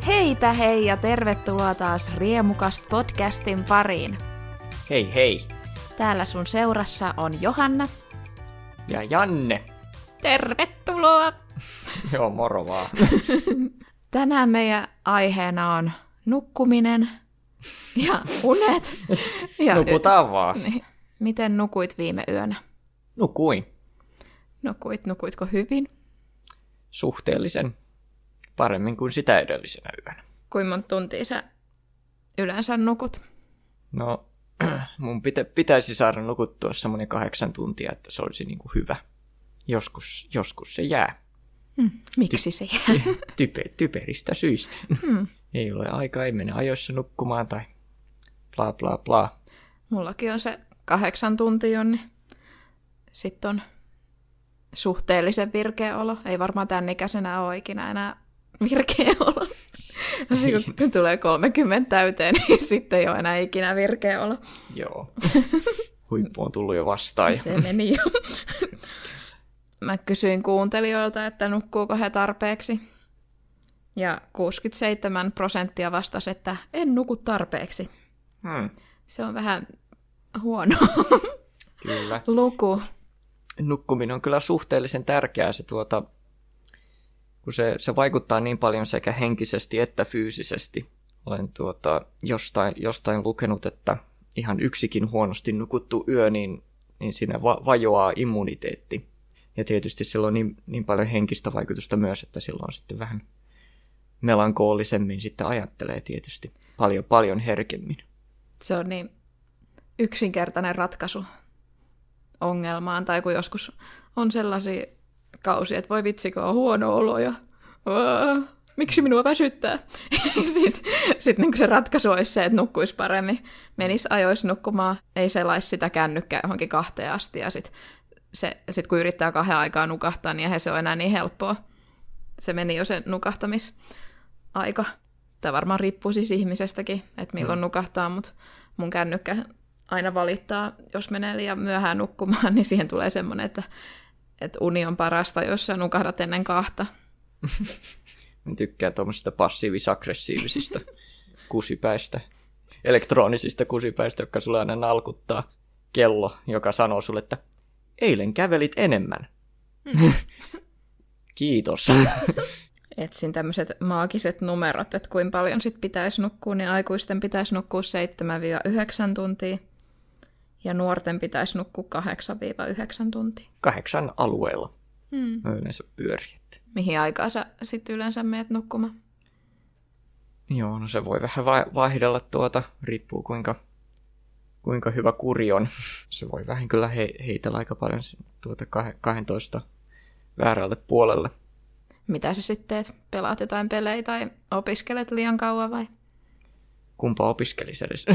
Heipä hei ja tervetuloa taas Riemukast podcastin pariin. Hei hei. Täällä sun seurassa on Johanna. Ja Janne. Tervetuloa. Joo, moro vaan. Tänään meidän aiheena on nukkuminen ja unet. Ja Nukutaan vaan. Miten nukuit viime yönä? Nukuin. Nukuitko hyvin? Suhteellisen paremmin kuin sitä edellisenä yönä. Kuinka monta tuntia sä yleensä nukut? No, mun pitäisi saada nukuttua semmoinen 8 tuntia, että se olisi niin kuin hyvä. Joskus se jää. Miksi se jää? Typeristä syistä. Ei ole aikaa, ei mene ajoissa nukkumaan tai bla bla bla. Mullakin on se 8 tuntia, niin sitten on suhteellisen virkeä olo. Ei varmaan tämän ikäisenä ole ikinä enää virkeä olo. Kun tulee 30 täyteen, niin sitten ei ole enää ikinä virkeä olo. Joo. Huippu on tullut jo vastaan. Se meni jo. Mä kysyin kuuntelijoilta, että nukkuuko he tarpeeksi. Ja 67% vastasi, että en nuku tarpeeksi. Se on vähän huono Kyllä. luku. Nukkuminen on kyllä suhteellisen tärkeää. Kun se vaikuttaa niin paljon sekä henkisesti että fyysisesti. Olen jostain lukenut, että ihan yksikin huonosti nukuttu yö, niin siinä vajoaa immuniteetti. Ja tietysti sillä on niin paljon henkistä vaikutusta myös, että silloin sitten vähän melankoolisemmin sitten ajattelee tietysti paljon herkemmin. Se on niin yksinkertainen ratkaisu ongelmaan, tai kun joskus on sellaisia kausia, että voi vitsi, kun on huono olo ja miksi minua väsyttää. Sitten niin se ratkaisu olisi se, että nukkuisi paremmin, menisi ajoissa nukkumaan, ei selaisi sitä kännykkää johonkin 2 asti, ja sitten kun yrittää 2 aikaa nukahtaa, niin eihän se ole enää niin helppoa. Se meni jo se nukahtamisaika. Tämä varmaan riippuu siis ihmisestäkin, että milloin nukahtaa, mutta mun kännykkä aina valittaa, jos menee liian myöhään nukkumaan, niin siihen tulee semmoinen, että uni on parasta, jos sä nukahdat ennen 2. Mä tykkään tuommoisista passiivis-aggressiivisista kusipäistä, elektronisista kusipäistä, jotka sulle aina nalkuttaa kello, joka sanoo sulle, että eilen kävelit enemmän. Kiitos. Etsin tämmöiset maagiset numerot, että kuinka paljon sit pitäisi nukkua, niin aikuisten pitäisi nukkua 7-9 tuntia, ja nuorten pitäisi nukkua 8-9 tuntia. 8 alueella. Yleensä pyörii. Mihin aikaa sä sitten yleensä meet nukkumaan? Joo, no se voi vähän vaihdella riippuu kuinka hyvä kuri on. Se voi vähän kyllä heitellä aika paljon 12 väärälle puolelle. Mitä sä sitten teet? Pelaat jotain pelejä tai opiskelet liian kauan vai? Kumpa opiskelisi edes?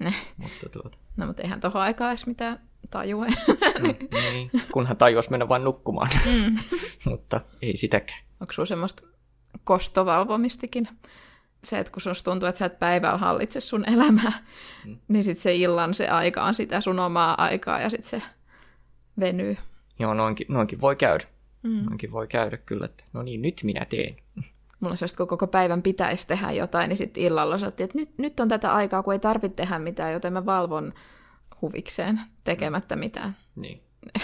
Mutta eihän tohon aikaa edes mitään tajua. Niin, kunhan tajuisi mennä vain nukkumaan. Mutta ei sitäkään. Onko sulla semmoista kostovalvomistikin? Se, että kun susta tuntuu, että sä et päivällä hallitse sun elämää, niin sitten se illan se aika on sitä sun omaa aikaa ja sitten se venyy. Joo, noinkin voi käydä. Noinkin voi käydä kyllä, että no niin, nyt minä teen. Mulla on sellaista, kun koko päivän pitäisi tehdä jotain, niin sitten illalla sanottiin, että nyt on tätä aikaa, kun ei tarvitse tehdä mitään, joten mä valvon huvikseen tekemättä mitään. Niin.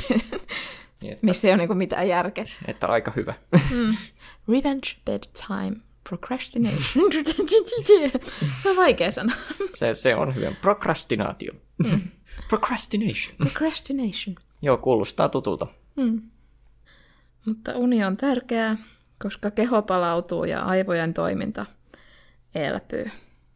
Missä ei ole niinku mitään järkeä. Että aika hyvä. Revenge, bedtime, procrastination. Se on vaikea sana. Se on hyvä. Procrastinaatio. Procrastination. Joo, kuulostaa tutulta. Mutta uni on tärkeää, koska keho palautuu ja aivojen toiminta elpyy.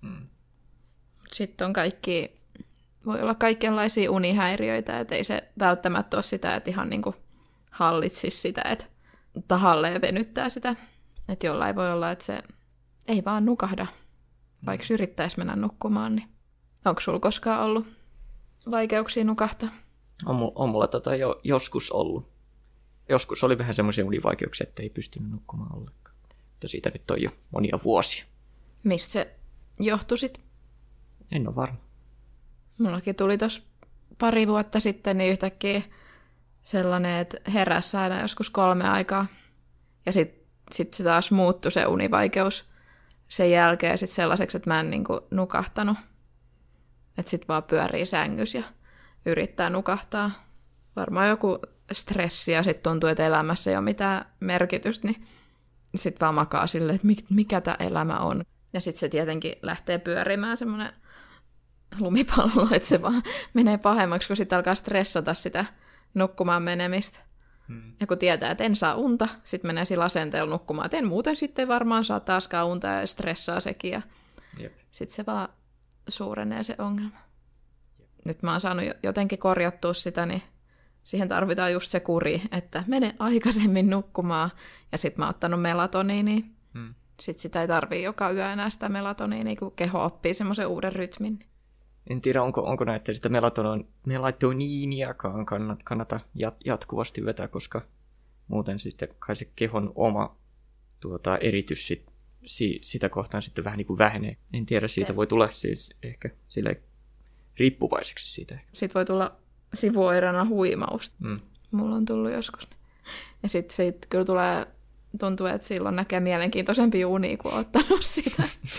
Sitten voi olla kaikenlaisia unihäiriöitä, että ei se välttämättä ole sitä, että ihan niin kuin hallitsisi sitä, että tahalleen venyttää sitä. Että jollain voi olla, että se ei vaan nukahda, vaikka yrittäisi mennä nukkumaan. Niin onko sulla koskaan ollut vaikeuksia nukahtaa? On mulla joskus ollut. Joskus oli vähän semmoisia univaikeuksia, että ei pystynyt nukkumaan ollenkaan. Mutta siitä nyt on jo monia vuosia. Mistä se johtui sit? En ole varma. Mullakin tuli tuossa pari vuotta sitten niin yhtäkkiä sellainen, että heräsi aina joskus 3 aikaa. Ja sitten se taas muuttui se univaikeus sen jälkeen sit sellaiseksi, että mä en niinku nukahtanut. Että sit vaan pyörii sängys ja yrittää nukahtaa. Varmaan joku stressi ja sit tuntuu, että elämässä ei ole mitään merkitystä, niin sit vaan makaa silleen, että mikä tämä elämä on. Ja sit se tietenkin lähtee pyörimään semmoinen lumipallo, että se vaan menee pahemmaksi, kun sitten alkaa stressata sitä nukkumaan menemistä. Ja kun tietää, että en saa unta, sitten menee sillä asenteella nukkumaan, että en muuten sitten varmaan saa taaskaan unta ja stressaa sekin. Ja sitten se vaan suurenee se ongelma. Nyt mä oon saanut jotenkin korjattua sitä, niin siihen tarvitaan just se kuri, että mene aikaisemmin nukkumaan. Ja sitten mä oon ottanut melatoniinia. Sitten sitä ei tarvii joka yö enää sitä melatoniinia, kun keho oppii semmoisen uuden rytmin. En tiedä, onko näitä sitä melatoniiniakaan kannata jatkuvasti vetää, koska muuten sitten kai se kehon oma eritys sitä kohtaan sitten vähän niin kuin vähenee. En tiedä, siitä voi tulla siis ehkä silleen riippuvaiseksi siitä. Sitten voi tulla sivuoireena huimausta. Mulla on tullut joskus. Ja sitten siitä kyllä tuntuu, että silloin näkee mielenkiintoisempia unia, kun on ottanut sitä.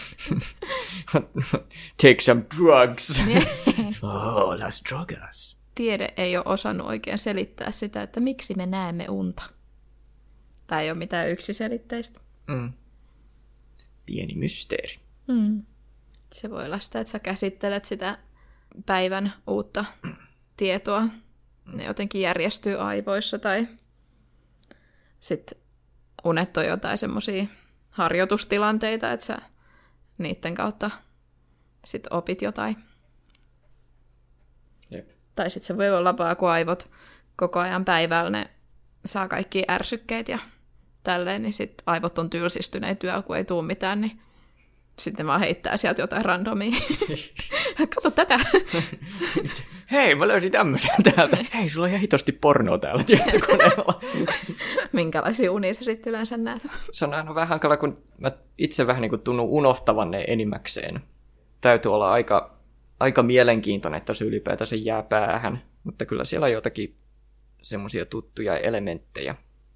Take some drugs. Oh, let's drug us. Tiede ei ole osannut oikein selittää sitä, että miksi me näemme unta. Tai ei ole mitään yksiselitteistä. Pieni mysteeri. Se voi olla sitä, että sä käsittelet sitä päivän uutta tietoa. Ne jotenkin järjestyy aivoissa tai sitten unet on jotain semmoisia harjoitustilanteita, että sä niiden kautta sit opit jotain. Jep. Tai sitten se voi olla vaan, kun aivot koko ajan päivällä ne saa kaikki ärsykkeet ja tälleen, niin sitten aivot on tylsistyneet yöllä, kun ei tule mitään, niin sitten vaan heittää sieltä jotain randomia. Kato tätä! Hei, mä löysin tämmöisen täältä. Hei, sulla on ihan hitosti pornoa täällä tietokoneella. Minkälaisia unia sä sitten yleensä näet? Se on aina vähän hankala, kun mä itse vähän niin kuin tunnun unohtavan ne enimmäkseen. Täytyy olla aika mielenkiintoinen, että se ylipäätään jää päähän. Mutta kyllä siellä jotakin semmoisia tuttuja elementtejä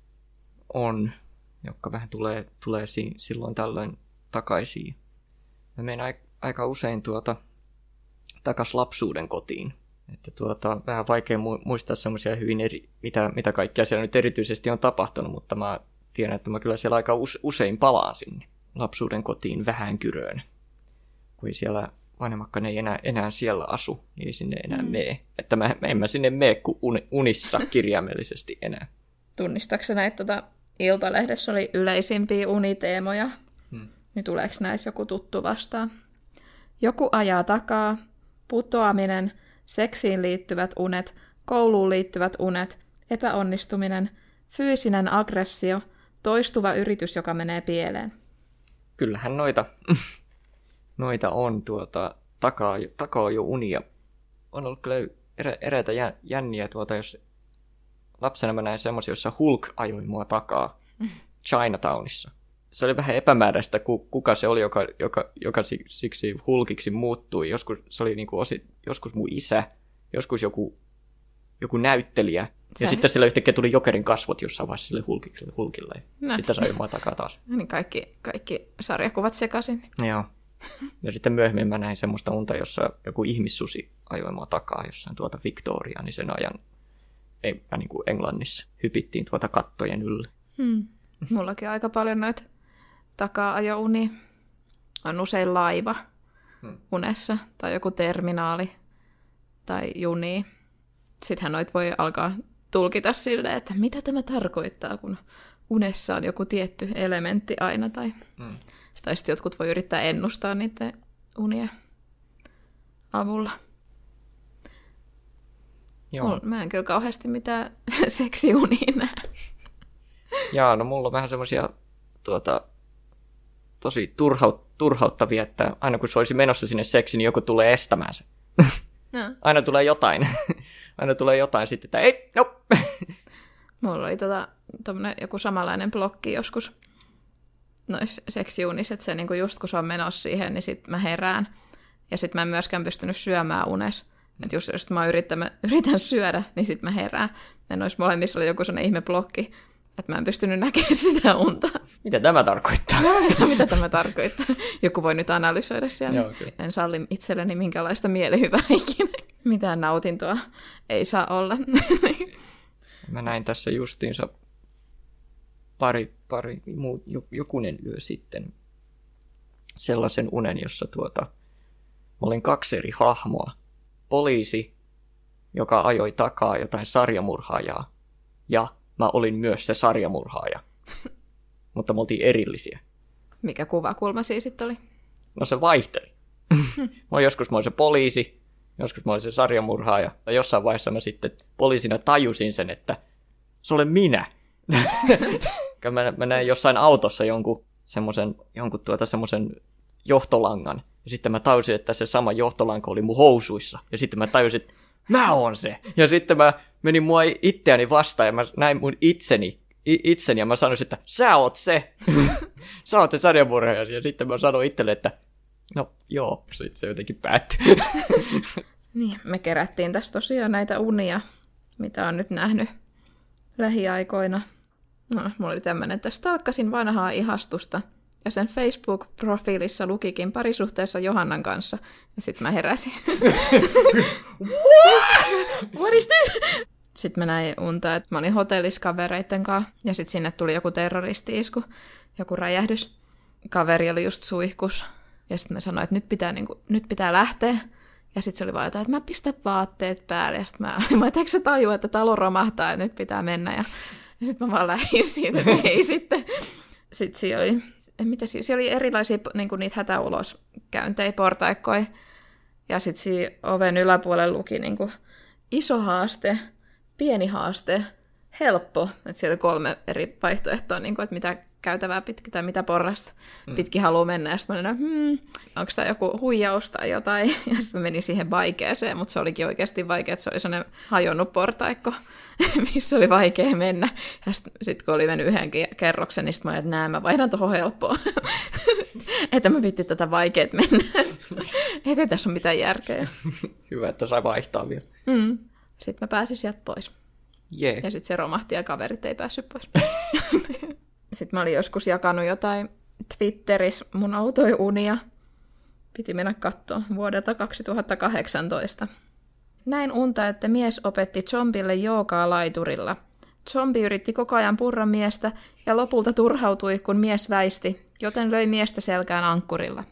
on, jotka vähän tulee silloin tällöin takaisin. Mä menen aika usein takas lapsuuden kotiin. Että vähän vaikea muistaa semmoisia hyvin mitä kaikkea siellä nyt erityisesti on tapahtunut, mutta mä tiedän, että mä kyllä siellä aika usein palaan sinne lapsuuden kotiin Vähänkyröön. Kun ei siellä vanhemmakkaan ei enää siellä asu, niin ei sinne enää mene. Että en mä sinne mene kuin unissa kirjaimellisesti enää. Tunnistatko näitä Iltalehdessä oli yleisimpiä uniteemoja? Niin tuleeko näissä joku tuttu vastaan? Joku ajaa takaa, putoaminen, seksiin liittyvät unet, kouluun liittyvät unet, epäonnistuminen, fyysinen aggressio, toistuva yritys, joka menee pieleen. Kyllähän noita on takaa jo unia. On ollut kyllä eräitä jänniä, jos lapsena mä näin semmoisia, jossa Hulk ajoi mua takaa Chinatownissa. Se oli vähän epämääräistä, kuka se oli, joka siksi Hulkiksi muuttui. Joskus se oli joskus mun isä, joskus joku näyttelijä. Ja sitten sillä yhtäkkiä tuli Jokerin kasvot jossain vaiheessa sille Hulkille. No. Sitten sai jomaa takaa taas. Niin kaikki sarjakuvat sekaisin. Joo. Ja sitten myöhemmin mä näin semmoista unta, jossa joku ihmissusi ajoi mua takaa jossain Victoria, niin sen ajan niin kuin Englannissa hypittiin kattojen yllä. Mullakin aika paljon noita takaa-ajo-unia. On usein laiva unessa tai joku terminaali tai juni. Sittenhän noit voi alkaa tulkita silleen, että mitä tämä tarkoittaa, kun unessa on joku tietty elementti aina. Tai sitten jotkut voi yrittää ennustaa niiden unien avulla. Joo. Mä en kyllä kauheasti mitään seksiunia näe. Jaa, no mulla on vähän semmoisia tosi turhauttavia, että aina kun se olisi menossa sinne seksiin, niin joku tulee estämään se. No. Aina tulee jotain. Aina tulee jotain sitten, että ei, nope. Mulla oli joku samanlainen blokki joskus noissa seksiunissa, että se niinku just kun se on menossa siihen, niin sit mä herään. Ja sit mä en myöskään pystynyt syömään unessa. Että just mä yritän syödä, niin sit mä herään. Ja noissa molemmissa oli joku sellainen ihme blokki, Että mä en pystynyt näkemään sitä unta. Mitä tämä tarkoittaa? Mitä tämä tarkoittaa? Joku voi nyt analysoida siellä. Joo, okay. En salli itselleni minkälaista mielihyvää ikinä. Mitään nautintoa ei saa olla. Mä näin tässä justiinsa jokunen yö sitten sellaisen unen, jossa mä olin 2 eri hahmoa. Poliisi, joka ajoi takaa jotain sarjamurhaajaa, ja mä olin myös se sarjamurhaaja. Mutta me oltiin erillisiä. Mikä kuvakulma siis sitten oli? No se vaihteli. Joskus mä olin se poliisi, joskus mä olin se sarjamurhaaja. Ja jossain vaiheessa mä sitten poliisina tajusin sen, että se olen minä. Mä näin jossain autossa jonkun semmoisen johtolangan. Ja sitten mä tajusin, että se sama johtolanka oli mun housuissa. Ja sitten mä tajusin, että mä oon se. Ja sitten mä menin mua itseäni vastaan ja mä näin mun itseni ja mä sanoin, että sä oot se. Sä oot se sarjamurhaaja. Ja sitten mä sanoin itselle, että no joo, sitten se jotenkin päättyi. Niin, me kerättiin tässä tosiaan näitä unia, mitä on nyt nähnyt lähiaikoina. No, mulla oli tämmönen, että stalkkasin vanhaa ihastusta. Ja sen Facebook-profiilissa lukikin parisuhteessa Johannan kanssa. Ja sit mä heräsin. What is this? Sitten mä näin unta, että mä olin hotellissa kavereitten kanssa. Ja sit sinne tuli joku terroristi-isku, joku räjähdys. Kaveri oli just suihkus. Ja sitten mä sanoin, että nyt pitää lähteä. Ja sitten se oli vaan jotain, että mä pistän vaatteet päälle. Ja sitten mä olin, että eikö sä tajua, että talo romahtaa, että nyt pitää mennä. Ja sitten mä vaan lähdin siitä, että ei sitten. Sitten siellä oli erilaisia niitä hätäuloskäyntejä, portaikkoja. Ja sitten siinä oven yläpuolella luki iso haaste, pieni haaste, helppo. Että siellä oli 3 eri vaihtoehtoa, että mitä käytävää pitkin tai mitä porrasta pitkin haluaa mennä. Ja sitten mä olin, onko tämä joku huijaus tai jotain. Ja sitten mä menin siihen vaikeeseen, mutta se olikin oikeasti vaikea, että se oli sellainen hajonnut portaikko, missä oli vaikea mennä. Ja sitten kun oli mennyt 1 kerroksen, niin sitten mä olin, että mä vaihdan tuohon helppoon. Että mä vitti tätä vaikeet mennä. Ei tässä ole mitään järkeä. Hyvä, että sai vaihtaa vielä. Sitten mä pääsin sieltä pois. Yeah. Ja sitten se romahti ja kaverit ei päässyt pois. Sitten mä olin joskus jakanut jotain Twitterissä mun outoja unia. Piti mennä katsoa vuodelta 2018. Näin unta, että mies opetti zombille joogaa laiturilla. Zombi yritti koko ajan purra miestä ja lopulta turhautui, kun mies väisti, joten löi miestä selkään ankkurilla.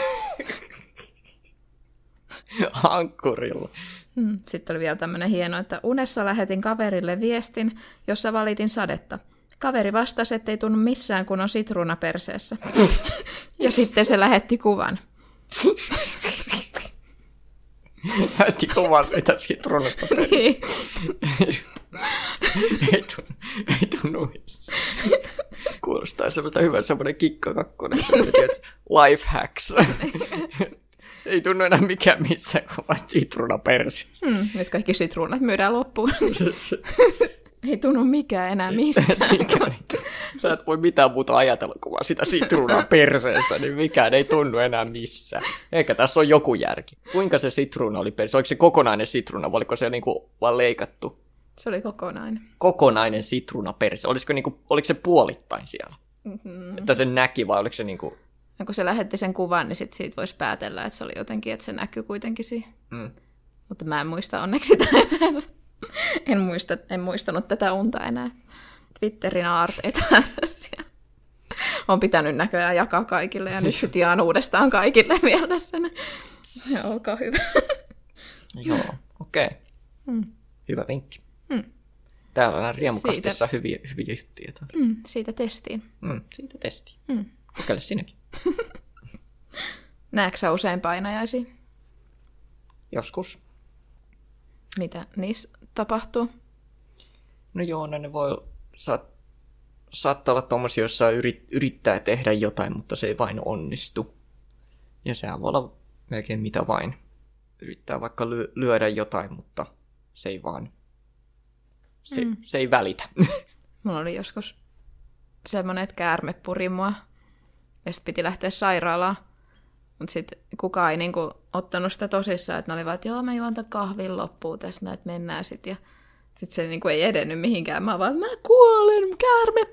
Ankkurilla. Sitten oli vielä tämmöinen hieno, että unessa lähetin kaverille viestin, jossa valitin sadetta. Kaveri vastasi, ettei tunnu missään, kun on sitruuna perseessä. Ja sitten se lähetti kuvan. Lähetti kuvan sitä sitruunasta perseessä. Niin. Ei tunnu missään. Kuulostaa semmoinen kikkakakkonen. Life hacks. Ei tunnu enää mikään missään, kun vaan sitruuna perseessä. Nyt kaikki sitruunat myydään loppuun. Ei tunnu mikään enää missään. Sä et voi mitään muuta ajatella kuin vaan sitä sitruunaa perseessä, niin mikään ei tunnu enää missään. Eikä tässä ole joku järki. Kuinka se sitruuna oli perseessä? Oliko se kokonainen sitruuna vai oliko se vaan leikattu? Se oli kokonainen. Kokonainen sitruuna perse. Oliko se puolittain siellä? Että se näki vai oliko se Ja kun se lähetti sen kuvan, niin siitä voisi päätellä, että se oli jotenkin, että se näkyy kuitenkin siihen. Mutta mä en muista onneksi sitä enää. En muistanut tätä unta enää. Twitterin aarteita siellä. On pitänyt näköjään jakaa kaikille ja nyt sitten jaan uudestaan kaikille vielä tässä. Ja olkaa hyvä. Joo, okei. Hyvä vinkki. Täällä on riemukastissa hyviä juttuja. Siitä testiin. Siitä testiin. Kokeile sinäkin. Näetkö sä usein painajaisia? Joskus. Mitä niissä tapahtuu? No joo, ne voi saattaa olla tommosia, joissa yrittää tehdä jotain, mutta se ei vain onnistu. Ja sehän voi olla melkein mitä vain. Yrittää vaikka lyödä jotain, mutta se ei vaan... Se ei välitä. Mulla oli joskus semmoinen, että käärme puri mua. Ja sitten piti lähteä sairaalaan. Mutta sitten kukaan ei ottanut sitä tosissaan, että ne oli vaan, että joo, mä juon tämän kahvin loppuun tässä, että mennään sitten. Ja sitten se ei edennyt mihinkään. Mä vaan, että mä kuolen, käärme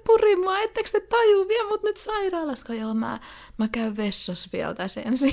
Ettekö te tajuu, vie mut nyt sairaalasta? Joo, mä käyn vessassa vielä tässä ensin.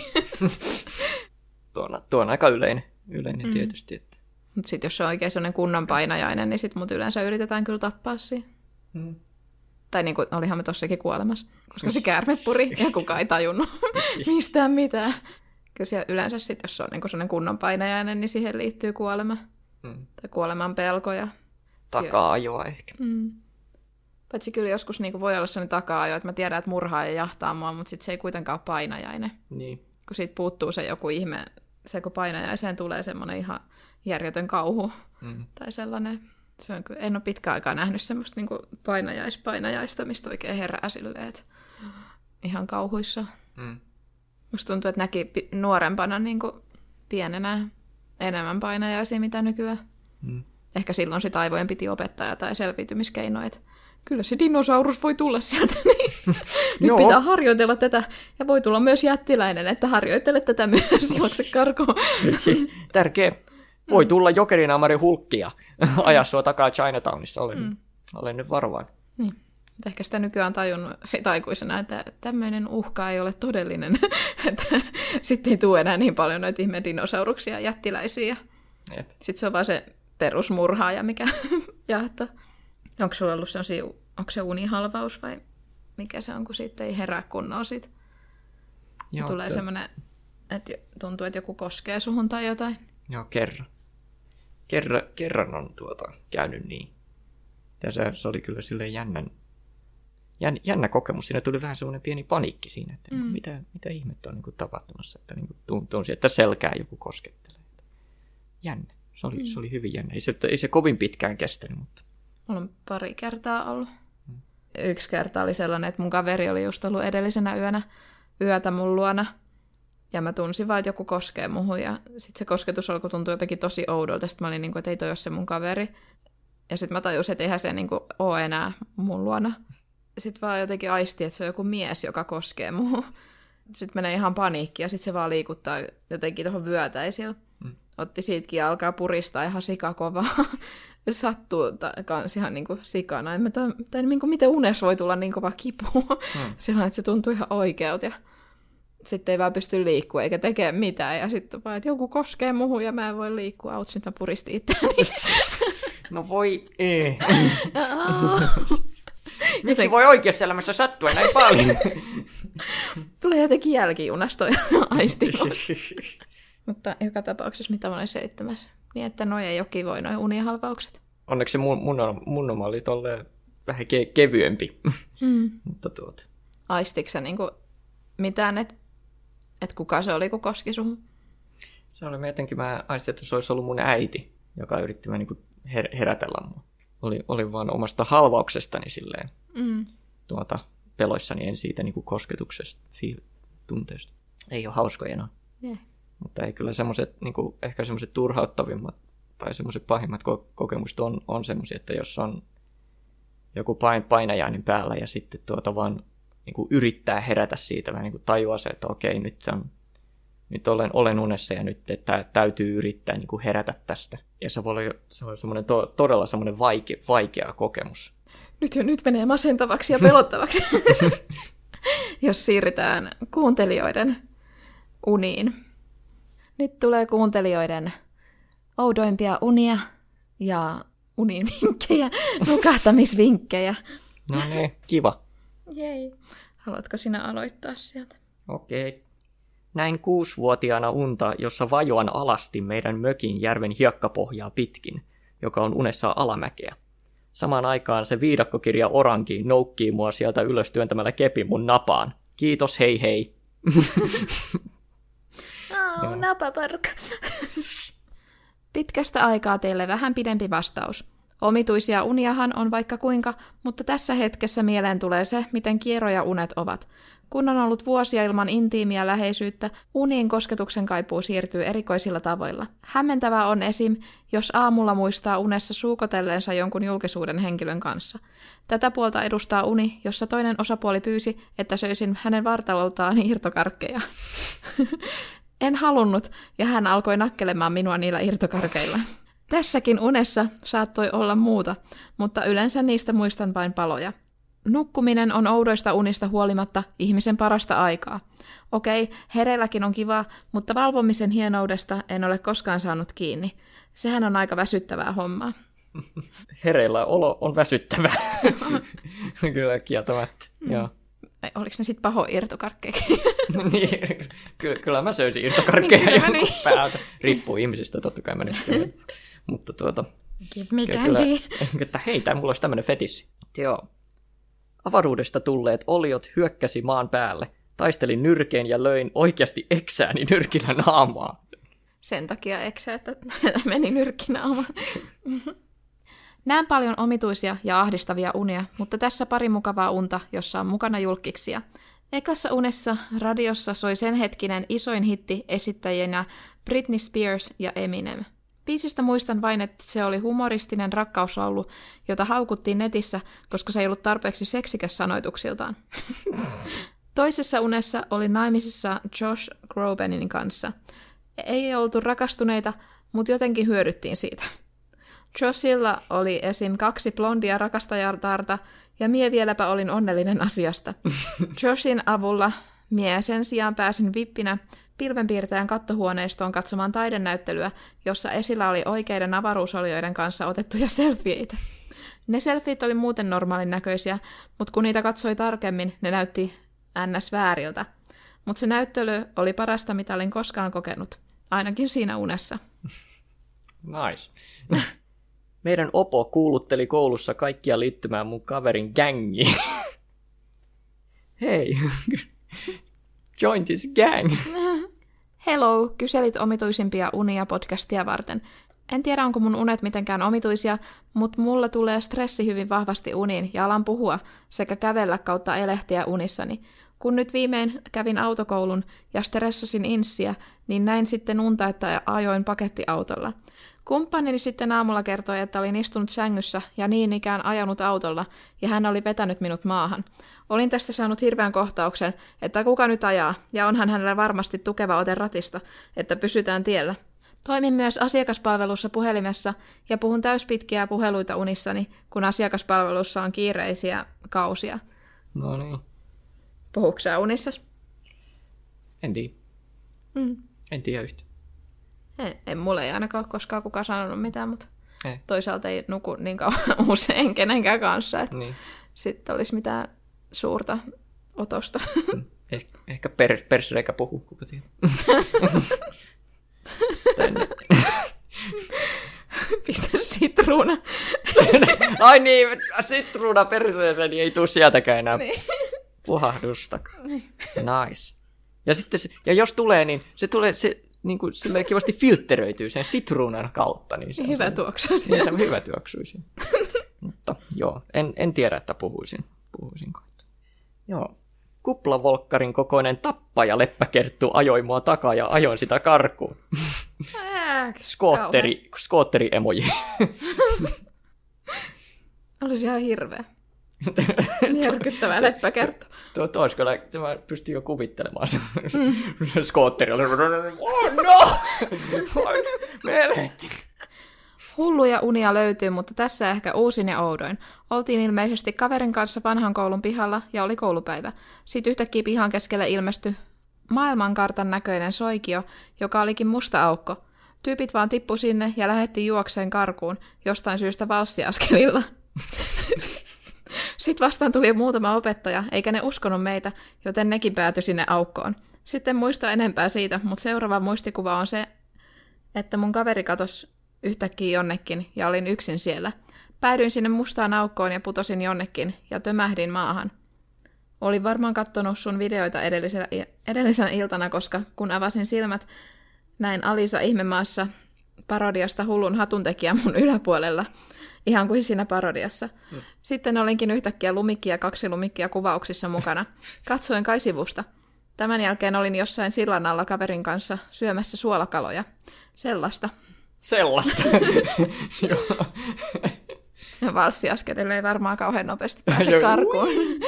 Tuo on aika yleinen tietysti. Että. Mutta sitten jos se on oikein sellainen kunnon painajainen, niin sit mut yleensä yritetään kyllä tappaa siihen. Tai niin kuin olihan me tossakin kuolemassa, koska se käärme puri ja kukaan ei tajunnut mistään mitään. Kyllä yleensä sitten, jos se on niin sellainen kunnon painajainen, niin siihen liittyy kuolema. Tai kuoleman pelko. Ja taka-ajoa ehkä. Paitsi kyllä joskus niin voi olla sellainen taka-ajo, että mä tiedän, että murhaa ja jahtaa mua, mutta sitten se ei kuitenkaan ole painajainen. Niin. Kun siitä puuttuu se joku ihme, se kun painajaiseen tulee semmoinen ihan järjetön kauhu. Tai sellainen. Se on, en ole pitkään aikaa nähnyt semmoista niin painajaista, mistä oikein herää silleen, että ihan kauhuissa. Musta tuntuu, että näki nuorempana niin pienenä enemmän painajaisia, mitä nykyään. Ehkä silloin sitä aivojen piti opettaa jotain selviytymiskeinoja, että kyllä se dinosaurus voi tulla sieltä, niin nyt pitää harjoitella tätä. Ja voi tulla myös jättiläinen, että harjoittele tätä myös, juokse karkoon. Tärkeä. Voi tulla Jokerinaamari Hulkki ja ajaa sua takaa Chinatownissa. Olen nyt varovainen. Niin. Ehkä sitä nykyään on tajunnut sitä aikuisena, että tämmöinen uhka ei ole todellinen. Sitten ei tule enää niin paljon noita ihme dinosauruksia ja jättiläisiä. Sitten se on vaan se perusmurhaaja, mikä jahtaa. Onko sulla ollut sellaisia, onko se unihalvaus vai mikä se on, kun siitä ei herää kunnolla siitä? Tulee semmoinen, että tuntuu, että joku koskee suhun tai jotain. Joo, kerran on käynyt niin. Ja se oli kyllä silleen jännä kokemus. Siinä tuli vähän semmoinen pieni paniikki siinä, että mitä ihmettä on niin tapahtumassa, että niin tuntuu, että selkää joku koskettelee. Jännä. Se oli hyvin jännä. Ei se kovin pitkään kestänyt, mutta. Mulla on pari kertaa ollut. Yksi kerta oli sellainen, että mun kaveri oli just ollut edellisenä yötä mun luona. Ja mä tunsin vaan, että joku koskee muhun. Ja sitten se kosketus alkoi tuntua jotenkin tosi oudolta. Sitten mä olin niin kuin, että ei toi ole se mun kaveri. Ja sitten mä tajusin, että eihän se niin kuin ole enää mun luona. Sitten vaan jotenkin aisti, että se on joku mies, joka koskee muhun. Sitten menee ihan paniikki ja sitten se vaan liikuttaa jotenkin tuohon vyötäisillä. Otti siitäkin ja alkaa puristaa ihan sikakovaa. Sattuu kans ihan niin kuin sikana. Tai niin kuin miten unessa voi tulla niin kova kipu. Silloin, että se tuntuu ihan oikealta. Ja sitten ei vaan pysty liikkua eikä tekee mitään. Ja sitten vaan, että joku koskee muhun ja mä en voi liikkua. Auts, nyt mä puristin itseäni. No voi ei. Miksi voi oikeassa elämässä sattua näin paljon? Tulee jotenkin jälkijunasta ja aistimus. Mutta joka tapauksessa, mitä mä olin 7. Niin, että noi ei ole kivoja, noi unihalvaukset. Onneksi mun oma oli tolleen vähän kevyempi. Mutta Aistitko sä niinku mitään, että kuka se oli, kun koski suhun? Se oli jotenkin, mä aistin, että se olisi ollut mun äiti, joka yritti mä niinku herätellä mua. Oli vaan omasta halvauksestani silleen peloissani, en siitä niinku kosketuksesta, tunteesta. Ei ole hauskoja enää. Yeah. Mutta ei kyllä semmoiset, niinku, ehkä semmoiset turhauttavimmat tai semmoiset pahimmat kokemukset on semmoisia, että jos on joku painajainen päällä ja sitten vaan niinku yrittää herätä siitä, vähän niinku tajuaa se, että okei, nyt olen unessa ja nyt täytyy yrittää niinku herätä tästä. Ja se voi olla semmoinen todella semmoinen vaikea kokemus. Nyt menee masentavaksi ja pelottavaksi, jos siirrytään kuuntelijoiden uniin. Nyt tulee kuuntelijoiden oudoimpia unia ja univinkkejä, nukahtamisvinkkejä. No niin, kiva. Jei. Haluatko sinä aloittaa sieltä? Okei. Näin 6-vuotiaana unta, jossa vajoan alasti meidän mökin järven hiekkapohjaa pitkin, joka on unessa alamäkeä. Samaan aikaan se viidakkokirja Oranki noukkii mua sieltä ylös työntämällä kepin mun napaan. Kiitos, hei hei. Napaparka. Pitkästä aikaa teille vähän pidempi vastaus. Omituisia uniahan on vaikka kuinka, mutta tässä hetkessä mieleen tulee se, miten kieroja unet ovat. Kun on ollut vuosia ilman intiimiä läheisyyttä, uniin kosketuksen kaipuu siirtyy erikoisilla tavoilla. Hämmentävää on esim., jos aamulla muistaa unessa suukotelleensa jonkun julkisuuden henkilön kanssa. Tätä puolta edustaa uni, jossa toinen osapuoli pyysi, että söisin hänen vartaloltaan irtokarkkeja. En halunnut, ja hän alkoi nakkelemaan minua niillä irtokarkeilla. Tässäkin unessa saattoi olla muuta, mutta yleensä niistä muistan vain paloja. Nukkuminen on oudoista unista huolimatta ihmisen parasta aikaa. Okei, hereilläkin on kiva, mutta valvomisen hienoudesta en ole koskaan saanut kiinni. Sehän on aika väsyttävää hommaa. Hereillä olo on väsyttävää. Kyllä, kieltämättä. Joo. Oliko ne sitten paho irtokarkkeekin? Niin, kyllä mä söisin irtokarkkeja jonkun päältä. Riippuu ihmisistä, totta kai mä nyt. Mutta Give me candy. Että hei, mulla olisi tämmöinen fetissi. Joo. Avaruudesta tulleet oliot hyökkäsi maan päälle. Taistelin nyrkeen ja löin oikeasti eksääni nyrkillä naamaa. Sen takia eksä, että meni nyrkkinaamaan. Näen paljon omituisia ja ahdistavia unia, mutta tässä pari mukavaa unta, jossa on mukana julkkiksia. Ekassa unessa radiossa soi sen hetkinen isoin hitti esittäjinä Britney Spears ja Eminem. Biisistä muistan vain, että se oli humoristinen rakkauslaulu, jota haukuttiin netissä, koska se ei ollut tarpeeksi seksikäs sanoituksiltaan. Toisessa unessa olin naimisissa Josh Grobanin kanssa. Ei oltu rakastuneita, mutta jotenkin hyödyttiin siitä. Joshilla oli esim. 2 blondia rakastajatarta, ja mie vieläpä olin onnellinen asiasta. Joshin avulla mie sen sijaan pääsin vippinä pilvenpiirtäjän kattohuoneistoon katsomaan taidenäyttelyä, jossa esillä oli oikeiden avaruusolioiden kanssa otettuja selfieitä. Ne selfiet oli muuten normaalin näköisiä, mutta kun niitä katsoi tarkemmin, ne näytti ns. Vääriltä. Mutta se näyttely oli parasta, mitä olin koskaan kokenut. Ainakin siinä unessa. Nice. Meidän opo kuulutteli koulussa kaikkia liittymään mun kaverin gängiin. Hei, join this gang. Hello, kyselit omituisimpia unia podcastia varten. En tiedä, onko mun unet mitenkään omituisia, mutta mulla tulee stressi hyvin vahvasti uniin ja alan puhua sekä kävellä kautta elehtiä unissani. Kun nyt viimein kävin autokoulun ja stressasin inssiä, niin näin sitten unta, että ajoin pakettiautolla. Kumppanini sitten aamulla kertoi, että olin istunut sängyssä ja niin ikään ajanut autolla, ja hän oli vetänyt minut maahan. Olin tästä saanut hirveän kohtauksen, että kuka nyt ajaa, ja onhan hänellä varmasti tukeva ote ratista, että pysytään tiellä. Toimin myös asiakaspalvelussa puhelimessa ja puhun täyspitkiä puheluita unissani, kun asiakaspalvelussa on kiireisiä kausia. No niin. Puhuuko sä unissasi? En tiedä. En tiedä yhtä. En mulle ei ainakaan ole koskaan kukaan sanonut mitään, mutta Ei. toisaalta ei nuku niin kauan usein kenenkään kanssa, että Niin. sitten olisi mitään suurta otosta. Ehkä persreikä puhuu, kuka tiedä. Pistä sitruuna. Ai niin, sitruuna perseeseen, niin ei tule sieltäkään enää Niin. puhahdustakaan. Nice. Ja sitten ja jos tulee, niin se tulee niin kuin silleen kivasti filtteröityy sen sitruunan kautta. Niin se Hyvä tuoksuisia. Niin se on hyvä tuoksuisia. Mutta joo, en tiedä, että puhuisinko. Joo. Kuplavolkkarin kokoinen tappaja leppäkerttu ajoi mua takaa ja ajoin sitä karkuun. Skootteri emoji. Olisi ihan hirveä. Järkyttävää leppäkerttu. Olisi kyllä, se mä pystyn jo kuvittelemaan sen skootterilla. Oh no! Meletti! Hulluja unia löytyy, mutta tässä ehkä uusin ja oudoin. Oltiin ilmeisesti kaverin kanssa vanhan koulun pihalla ja oli koulupäivä. Sitten yhtäkkiä pihan keskelle ilmestyi maailmankartan näköinen soikio, joka olikin musta aukko. Tyypit vaan tippu sinne ja lähetti juokseen karkuun, jostain syystä valssiaskelilla. Sitten vastaan tuli muutama opettaja, eikä ne uskonut meitä, joten nekin päätyi sinne aukkoon. Sitten muista enempää siitä, mutta seuraava muistikuva on se, että mun kaveri katosi yhtäkkiä jonnekin ja olin yksin siellä. Päädyin sinne mustaan aukkoon ja putosin jonnekin ja tömähdin maahan. Olin varmaan kattonut sun videoita edellisenä iltana, koska kun avasin silmät, näin Alisa Ihmemaassa parodiasta Hullun hatuntekijä mun yläpuolella. Ihan kuin siinä parodiassa. Sitten olinkin yhtäkkiä lumikki ja 2 lumikkia kuvauksissa mukana. Katsoin kai sivusta. Tämän jälkeen olin jossain sillan alla kaverin kanssa syömässä suolakaloja. Sellaista. Valssiaskelille ei varmaan kauhean nopeasti pääse karkuun.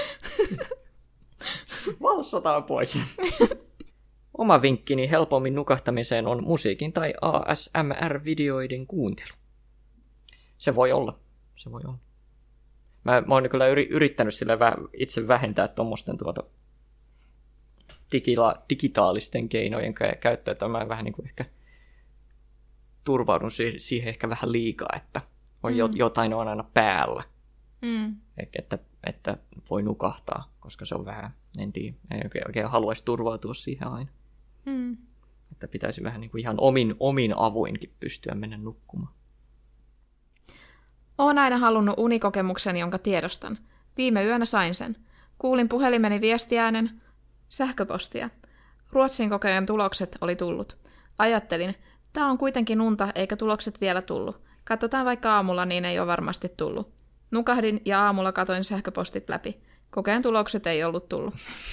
Valssataan pois. Oma vinkkini helpommin nukahtamiseen on musiikin tai ASMR-videoiden kuuntelu. Se voi olla. Mä oon kyllä yrittänyt sille itse vähentää tuommoisten digitaalisten keinojen käyttöä, että mä vähän niin kuin ehkä turvaudun siihen ehkä vähän liikaa, että on jotain on aina päällä, että voi nukahtaa, koska se on vähän, en tiedä, ei oikein haluaisi turvautua siihen aina. Että pitäisi vähän niin kuin ihan omin avuinkin pystyä mennä nukkumaan. Oon aina halunnut unikokemuksen, jonka tiedostan. Viime yönä sain sen. Kuulin puhelimeni viestiäänen, sähköpostia. Ruotsin kokeen tulokset oli tullut. Ajattelin, tää on kuitenkin unta eikä tulokset vielä tullut. Katsotaan vaikka aamulla, niin ei ole varmasti tullut. Nukahdin ja aamulla katoin sähköpostit läpi. Kokeen tulokset ei ollut tullut.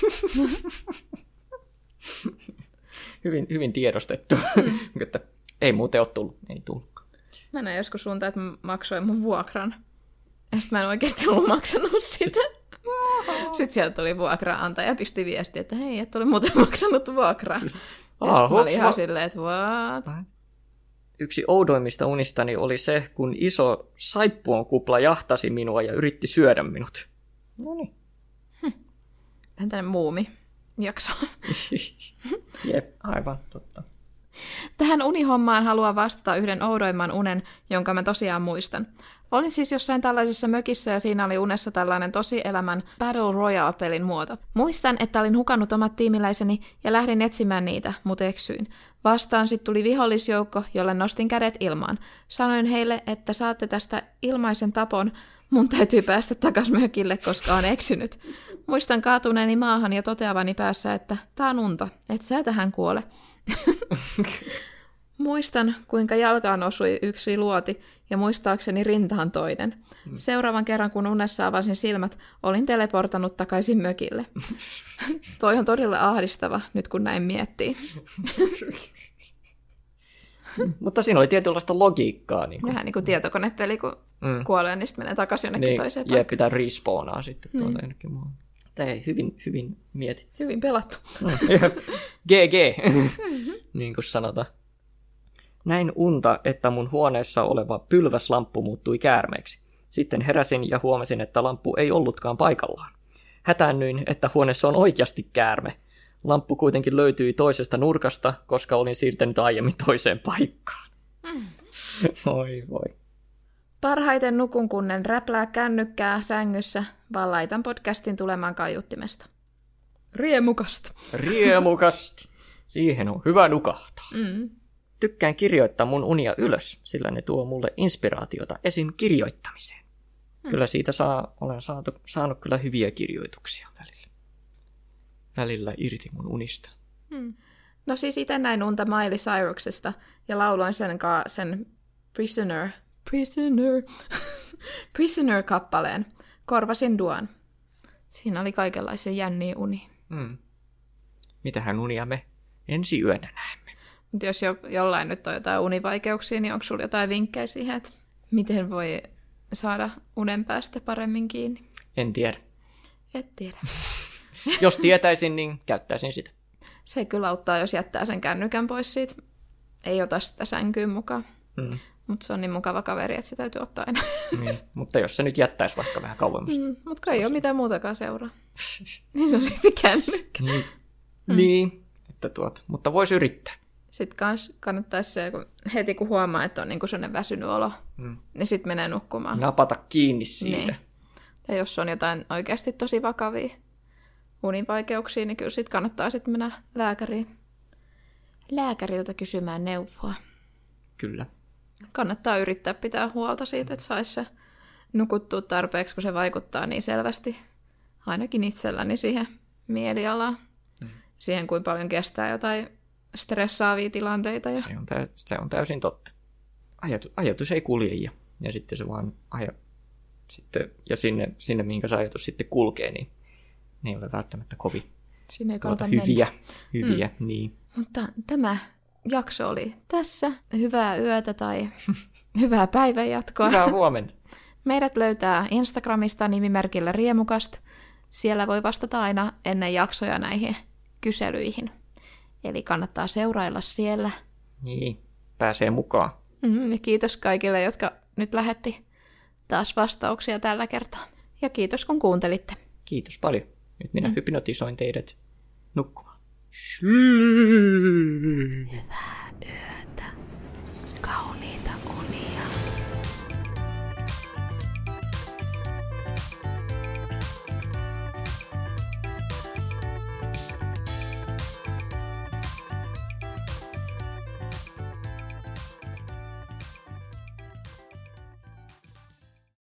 Hyvin tiedostettu. Että ei muuten ole tullut, ei tullutkaan. Mä näin joskus suuntaan, että mä maksoin mun vuokran. Ja sitten mä en oikeasti ollut maksanut sitä. Sitten sieltä tuli vuokranantaja ja pisti viesti, että hei, et ole muuten maksanut vuokraa. Ja sitten mä olin ihan silleen, että what? Yksi oudoimmista unistani oli se, kun iso saippuan kupla jahtasi minua ja yritti syödä minut. Noniin. Vähän tämmöinen muumi jakso. Jep, aivan totta. Tähän unihommaan haluan vastata yhden oudoimman unen, jonka mä tosiaan muistan. Olin siis jossain tällaisessa mökissä ja siinä oli unessa tällainen tosielämän Battle Royale-pelin muoto. Muistan, että olin hukannut omat tiimiläiseni ja lähdin etsimään niitä, mutta eksyin. Vastaan sitten tuli vihollisjoukko, jolle nostin kädet ilmaan. Sanoin heille, että saatte tästä ilmaisen tapon, mun täytyy päästä takas mökille, koska on eksynyt. Muistan kaatuneeni maahan ja toteavani päässä, että tää on unta, et sä tähän kuole. Muistan, kuinka jalkaan osui yksi luoti ja muistaakseni rintaan toinen. Seuraavan kerran, kun unessa avasin silmät, olin teleportannut takaisin mökille. Toi on todella ahdistava, nyt kun näin miettii. Mutta siinä oli tietynlaista logiikkaa. Niin kuin. Vähän niin kuin tietokonepeli, kun kuolee, niin sitten menee takaisin jonnekin toiseen paikkaan. Ja pitää respawnaa sitten tuolta jonnekin muualle. Tämä ei hyvin mietitty. Hyvin pelattu. GG, niin kuin sanotaan. Näin unta, että mun huoneessa oleva pylväslamppu muuttui käärmeeksi. Sitten heräsin ja huomasin, että lamppu ei ollutkaan paikallaan. Hätäännyin, että huoneessa on oikeasti käärme. Lamppu kuitenkin löytyi toisesta nurkasta, koska olin siirtänyt aiemmin toiseen paikkaan. Voi. Parhaiten nukun kunnen räplää kännykkää sängyssä, vaan laitan podcastin tulemaan kaiuttimesta. Riemukasta. Riemukasti. Siihen on hyvä nukahtaa. Tykkään kirjoittaa mun unia ylös, sillä ne tuo mulle inspiraatiota esim. Kirjoittamiseen. Kyllä siitä olen saanut kyllä hyviä kirjoituksia välillä irti mun unista. No siis itse näin unta Miley Cyruksesta ja lauloin sen Prisoner-kappaleen. Korvasin Duan. Siinä oli kaikenlaisia jänniä unia. Mitähän unia me ensi yönä näemme? Mutta jos jollain nyt on jotain univaikeuksia, niin onko sulla jotain vinkkejä siihen, että miten voi saada unen päästä paremmin kiinni? En tiedä. Et tiedä. Jos tietäisin, niin käyttäisin sitä. Se kyllä auttaa, jos jättää sen kännykän pois siitä. Ei ota sitä sänkyyn mukaan. Mutta se on niin mukava kaveri, että se täytyy ottaa aina. Niin, mutta jos se nyt jättäisi vaikka vähän kauemmas. Mutta ei ole mitään muutakaan seuraa. Niin se on sitten se kännykkä. Niin, että mutta voisi yrittää. Sitten kans kannattaisi se, heti kun huomaa, että on niinku sellainen väsynyt olo, niin sitten menee nukkumaan. Napata kiinni siitä. Niin. Ja jos on jotain oikeasti tosi vakavia univaikeuksia, niin kyllä sitten kannattaa sitten mennä lääkäriltä kysymään neuvoa. Kyllä. Kannattaa yrittää pitää huolta siitä, että saisi se nukuttua tarpeeksi, kun se vaikuttaa niin selvästi ainakin itselläni siihen mielialaan. Siihen, kuinka paljon kestää jotain stressaavia tilanteita. Ja... Se on täysin totta. Ajatus ei kulje ja sitten se vaan sitten, ja sinne minkä se ajatus sitten kulkee, niin ne ei ole välttämättä kovin sinne ei hyviä. Niin. Mutta tämä jakso oli tässä. Hyvää yötä tai hyvää päivänjatkoa. Hyvää huomenta. Meidät löytää Instagramista nimimerkillä Riemukast. Siellä voi vastata aina ennen jaksoja näihin kyselyihin. Eli kannattaa seurailla siellä. Niin, pääsee mukaan. Ja kiitos kaikille, jotka nyt lähetti taas vastauksia tällä kertaa. Ja kiitos kun kuuntelitte. Kiitos paljon. Nyt minä hypnotisoin teidät nukkumaan. Hyvä.